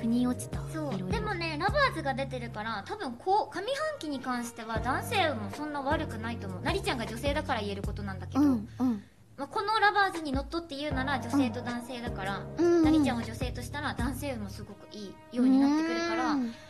腑に落ちた。 そういろいろでもね、ラバーズが出てるから多分こう上半期に関しては男性運もそんな悪くないと思う。なりちゃんが女性だから言えることなんだけど、 うんうん。 まあ、このラバーズにのっとって言うなら女性と男性だから、なりちゃんを女性としたら男性運もすごくいいようになってくるから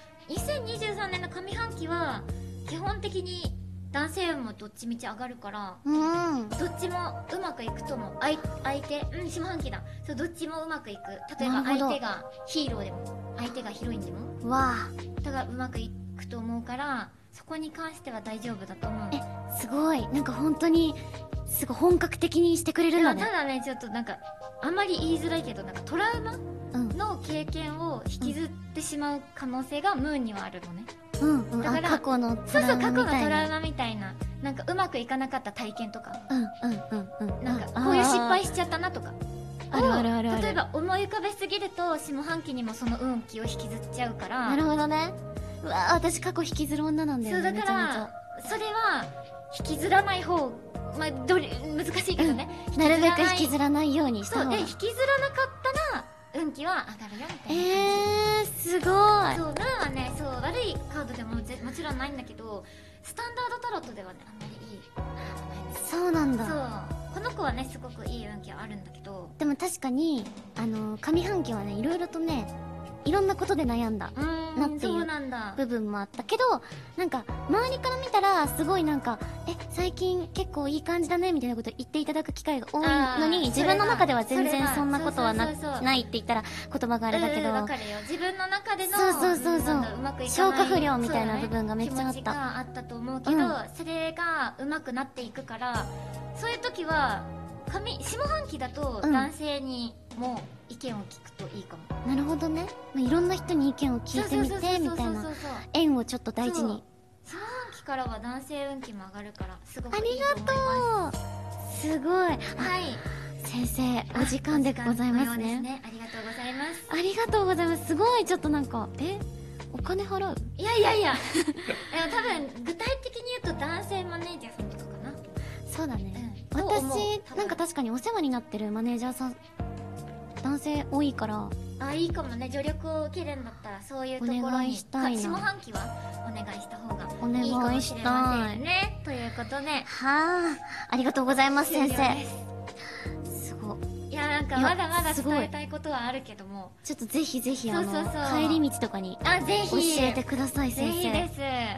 、2023年の上半期は基本的に男性運もどっちみち上がるから、どっちもうまくいくと思う。相手下半期だ。そう、どっちもうまくいく。例えば相手がヒーローでも相手がヒロインでもだからうまくいくと思うから、そこに関しては大丈夫だと思う。 すごい、なんか本当にすごい本格的にしてくれるんだね。 ただね、ちょっとなんかあんまり言いづらいけど、なんかトラウマの経験を引きずってしまう可能性がムーンにはあるのね。だから過去のトラウマみたいな。 そうそう、過去のトラウマみたいな、なんかうまくいかなかった体験とか、なんかこういう失敗しちゃったなとか、 あるあるあるある。 例えば思い浮かべすぎると下半期にもその運気を引きずっちゃうから。 なるほどね。うわ、私過去引きずる女なんだよね。 そうだからそれは引きずらない方、まあ難しいけどね、 なるべく引きずらないようにした方が。 そうで、引きずらなかったら運気は上がるよみたいな。 すごい。 そう、ムーンはね、そう悪いカードでももちろんないんだけど、スタンダードタロットではね、あんまりいい。 そうなんだ。 そう、この子はねすごくいい運気はあるんだけど、 でも確かに上半期はね、いろいろとね、いろんなことで悩んだなっていう部分もあったけど、なんか周りから見たらすごいなんか最近結構いい感じだねみたいなこと言っていただく機会が多いのに、自分の中では全然そんなことはないって言ったら言葉があれだけど、 わかるよ。自分の中でのそううまくいかない消化不良みたいな部分がめっちゃあった。 気持ちがあったと思うけど、それがうまくなっていくから、そういう時は下半期だと男性にも意見を聞くといいかも。 なるほどね。いろんな人に意見を聞いてみてみたいな、縁をちょっと大事に。 下半期からは男性運気も上がるから、すごくありいいと思いまがとう。すごい。はい。先生、お時間でございますね。 ありがとうございます。 ありがとうございます。すごい、ちょっとなんかお金払う？ いやいやいやでも多分具体的に言うと男性マネージャーさんとかかな。 そうだね。私なんか確かにお世話になってるマネージャーさん男性多いから、 いいかもね。助力を受けるんだったらそういうところにお願いしたいな。 下半期はお願いした方がお願いいいかもしれませんね。ということで、 ありがとうございます先生。 すごい。いや、なんかまだまだ伝えたいことはあるけども、 ちょっとぜひぜひ帰帰り道とかにぜひ教えてください先生。 ぜひです。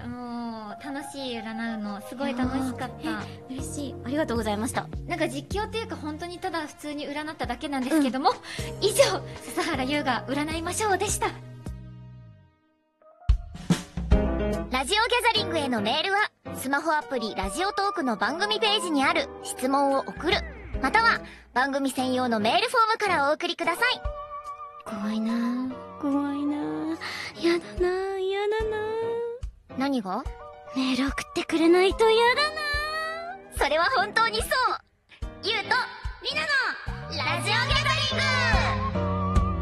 もう楽しい占うのすごい楽しかった。 嬉しい。ありがとうございました。 なんか実況っていうか本当にただ普通に占っただけなんですけども、以上、笹原優が占いましょうでした。ラジオギャザリングへのメールはスマホアプリラジオトークの番組ページにある質問を送る、または番組専用のメールフォームからお送りください。 怖いなぁ、怖いなぁ、やだなぁ、やだなぁ。 何が？ メール送ってくれないとやだなぁ。 それは本当にそう。ゆうとりなのラジオギャザリング。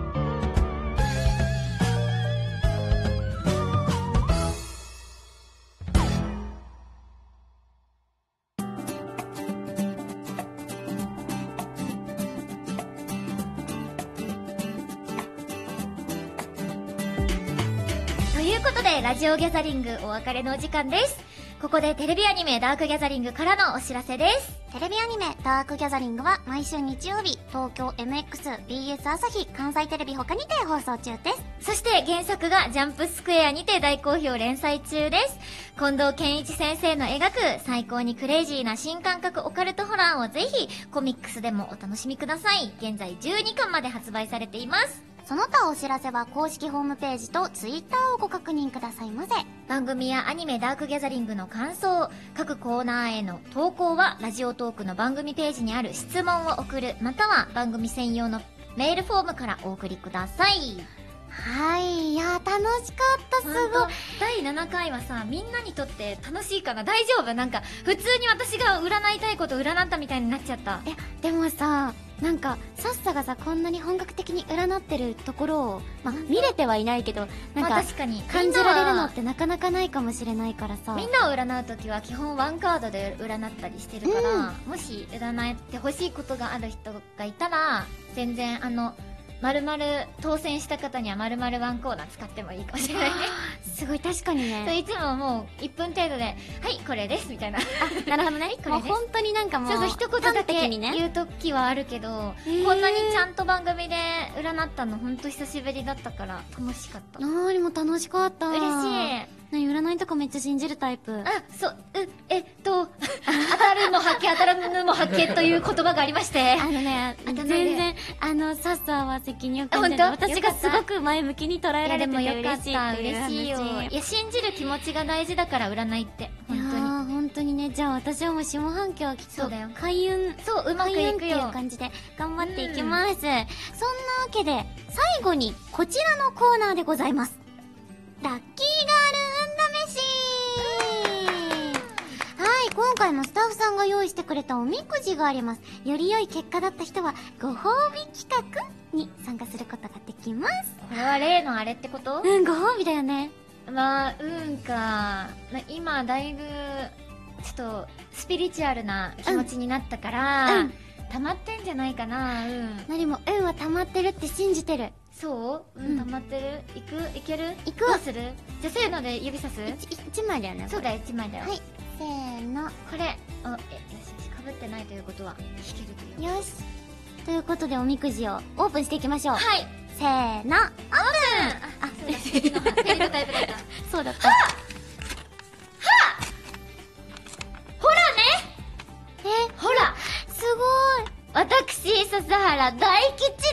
ということで、ラジオギャザリングお別れのお時間です。ここでテレビアニメダークギャザリングからのお知らせです。 テレビアニメダークギャザリングは毎週日曜日、東京 MX、BS 朝日、関西テレビ他にて放送中です。 そして原作がジャンプスクエアにて大好評連載中です。近藤健一先生の描く最高にクレイジーな新感覚オカルトホラーをぜひコミックスでもお楽しみください。現在12巻まで発売されています。 その他お知らせは公式ホームページとツイッターをご確認くださいませ。 番組やアニメダークギャザリングの感想、各コーナーへの投稿はラジオトークの番組ページにある質問を送る、または番組専用のメールフォームからお送りください。 はい、いや楽しかった。すごい。 第7回はさ、みんなにとって楽しいかな？大丈夫？なんか普通に私が占いたいこと占ったみたいになっちゃった。 でもさ、なんかさっさがさ、こんなに本格的に占ってるところを見れてはいないけど、なんか確かに感じられるのってなかなかないかもしれないからさ、 みんなを占うときは基本ワンカードで占ったりしてるから、もし占ってほしいことがある人がいたら全然丸々当選した方には丸々ワンコーナー使ってもいいかもしれないね。 すごい、確かにね。 いつももう1分程度で、はい、これです、みたいな。 あ、なるほどね。もう本当になんかもう、 そうそう、一言だけ言うときはあるけど、こんなにちゃんと番組で占ったの本当久しぶりだったから楽しかった。 でも楽しかった。 嬉しい。 何、占いとかめっちゃ信じるタイプ。 そう、当たるも発見、当たらぬも発見という言葉がありまして。 全然、さっさは責任を感じない。私がすごく前向きに捉えられてて嬉しい。 嬉しいよ。いや、信じる気持ちが大事だから占いって。本当に。 本当にね、じゃあ私はもう下半期はきっと、開運、 そう、うまくいくよ。 っていう感じで頑張っていきます。そんなわけで、最後にこちらのコーナーでございます。ラッキーガール運試し。はい、今回もスタッフさんが用意してくれたおみくじがあります。より良い結果だった人はご褒美企画に参加することができます。 これは例のあれってこと？ ご褒美だよね。 今だいぶちょっとスピリチュアルな気持ちになったから、溜まってんじゃないかな。 何も運は溜まってるって信じてる。 そう？溜まってる？いける？ いく？ どうする？じゃあせーので指さす ？1枚だよね。 そうだよ、1枚だよ。 はい、せーの。 これ、よし、かぶってないということは引けるという。 よし。ということでおみくじをオープンしていきましょう。 はい。 せーの、オープン。 テレビタイプだった。 そうだった。 ほらね。ほら。 すごい。 私、笹原大吉です。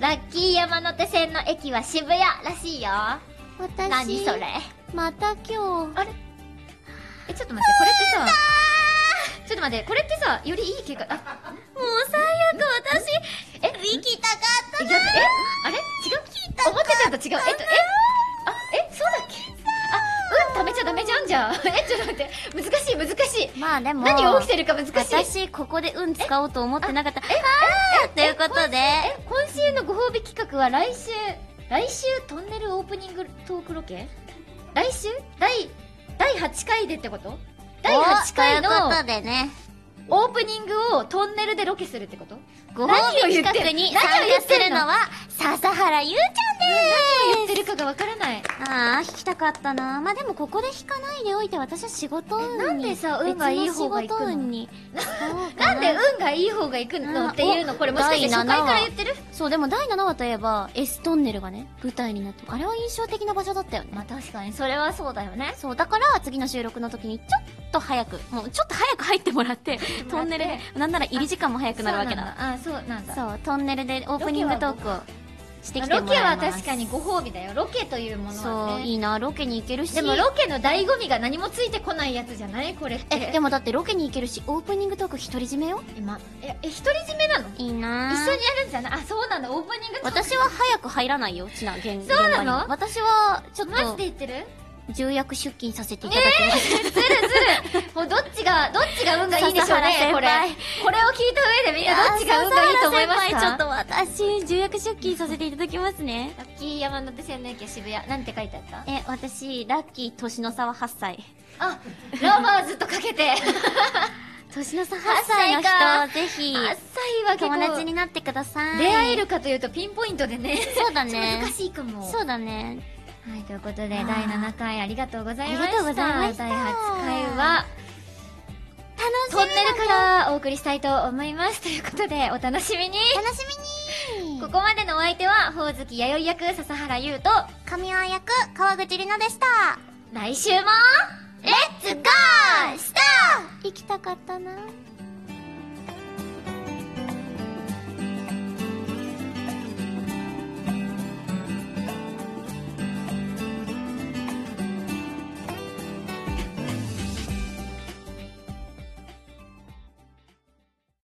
ラッキー山手線の駅は渋谷らしいよ。何それ。 また今日。 あれ？ちょっと待って、これってさ、ちょっと待って、これってさ、よりいい結果、もう最悪、私、行きたかったな。 あれ違う？思ってたのと違う。そうだっけ？貯めちゃダメじゃんじゃん。ちょっと待って。難しい。 まあでも。 何が起きてるか難しい。 私、ここで運使おうと思ってなかった。ということで。 今週のご褒美企画は来週トンネルオープニングトークロケ？来週？第8回でってこと？第8回の。 ということでね。 オープニングをトンネルでロケするってこと？ ご褒美企画に参加するのは、笹原ゆうちゃんでーす。 何を言ってるかがわからない。 弾きたかったな。まあでもここで弾かないでおいて私は仕事運に。 なんでさ、運がいい方がいくの？なんで運がいい方がいくのっていうの？これもしかして初回から言ってる？ そう、でも第7話といえば S トンネルがね、舞台になって、あれは印象的な場所だったよね。 まあ確かに、それはそうだよね。 そう、だから次の収録の時にちょっと早く入ってもらって、トンネルで、なんなら入り時間も早くなるわけだ。 そうなんだ。 そう、トンネルでオープニングトークをしてきてもらいます。 ロケは確かにご褒美だよ。ロケというものはね。 そう、いいな、ロケに行けるし。 でもロケの醍醐味が何もついてこないやつじゃないこれって。 でもだってロケに行けるし、オープニングトーク独り占めよ今。独り占めなの？ いいな。 一緒にやるんじゃない？そうなの、オープニングトーク。 私は早く入らないよ、そうなの？私は、ちょっと。 マジで言ってる？ 重役出勤させていただきます。 ずる。もうどっちが運がいいんでしょうね、これ。これを聞いた上でみんなどっちが運がいいと思いますか？ ちょっと私、重役出勤させていただきますね。 ラッキー山手線の駅は渋谷。なんて書いてあった？ 私、ラッキー年の差は8歳。 ラバーズとかけて。 年の差8歳の人をぜひ、 8歳は結構友達になってください。 出会えるかというとピンポイントでね。 そうだね。 難しいかも。 そうだね。 はい、ということで、第7回ありがとうございました。 ありがとうございました。 第8回は、トンネルからお送りしたいと思います。ということで、お楽しみに。ここまでのお相手は、ほおずきやよい役、笹原優と、 神尾役、川口里奈でした。 来週も、 レッツゴー